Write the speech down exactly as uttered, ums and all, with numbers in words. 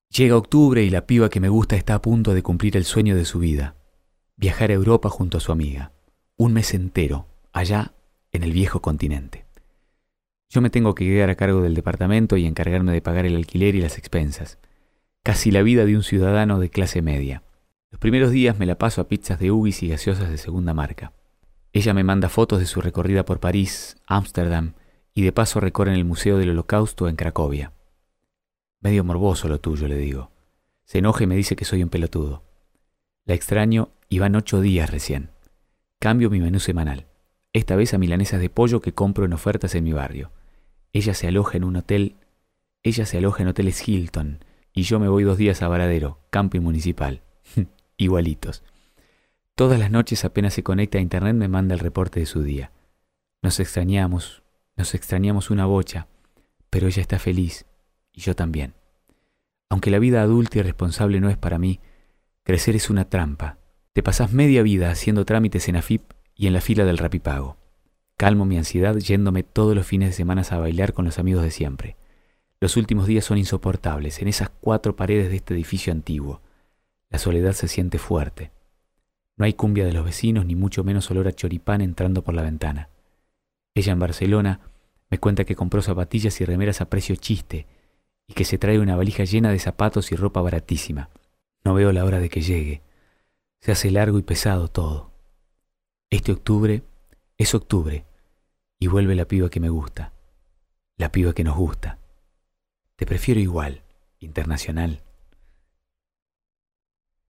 Llega octubre y la piba que me gusta está a punto de cumplir el sueño de su vida: viajar a Europa junto a su amiga. Un mes entero, allá en el viejo continente. Yo me tengo que quedar a cargo del departamento y encargarme de pagar el alquiler y las expensas. Casi la vida de un ciudadano de clase media. Los primeros días me la paso a pizzas de Huggies y gaseosas de segunda marca. Ella me manda fotos de su recorrida por París, Ámsterdam, y de paso recorren el Museo del Holocausto en Cracovia. Medio morboso lo tuyo, le digo. Se enoja y me dice que soy un pelotudo. La extraño y van ocho días recién. Cambio mi menú semanal. Esta vez a milanesas de pollo que compro en ofertas en mi barrio. Ella se aloja en un hotel, ella se aloja en hoteles Hilton, y yo me voy dos días a Varadero, camping municipal. Igualitos. Todas las noches apenas se conecta a internet me manda el reporte de su día. Nos extrañamos, nos extrañamos una bocha, pero ella está feliz, y yo también. Aunque la vida adulta y responsable no es para mí, crecer es una trampa. Te pasás media vida haciendo trámites en AFIP y en la fila del Rapipago. Calmo mi ansiedad yéndome todos los fines de semana a bailar con los amigos de siempre. Los últimos días son insoportables, en esas cuatro paredes de este edificio antiguo. La soledad se siente fuerte. No hay cumbia de los vecinos, ni mucho menos olor a choripán entrando por la ventana. Ella en Barcelona me cuenta que compró zapatillas y remeras a precio chiste y que se trae una valija llena de zapatos y ropa baratísima. No veo la hora de que llegue. Se hace largo y pesado todo. Este octubre es octubre y vuelve la piba que me gusta, la piba que nos gusta. Te prefiero igual, internacional.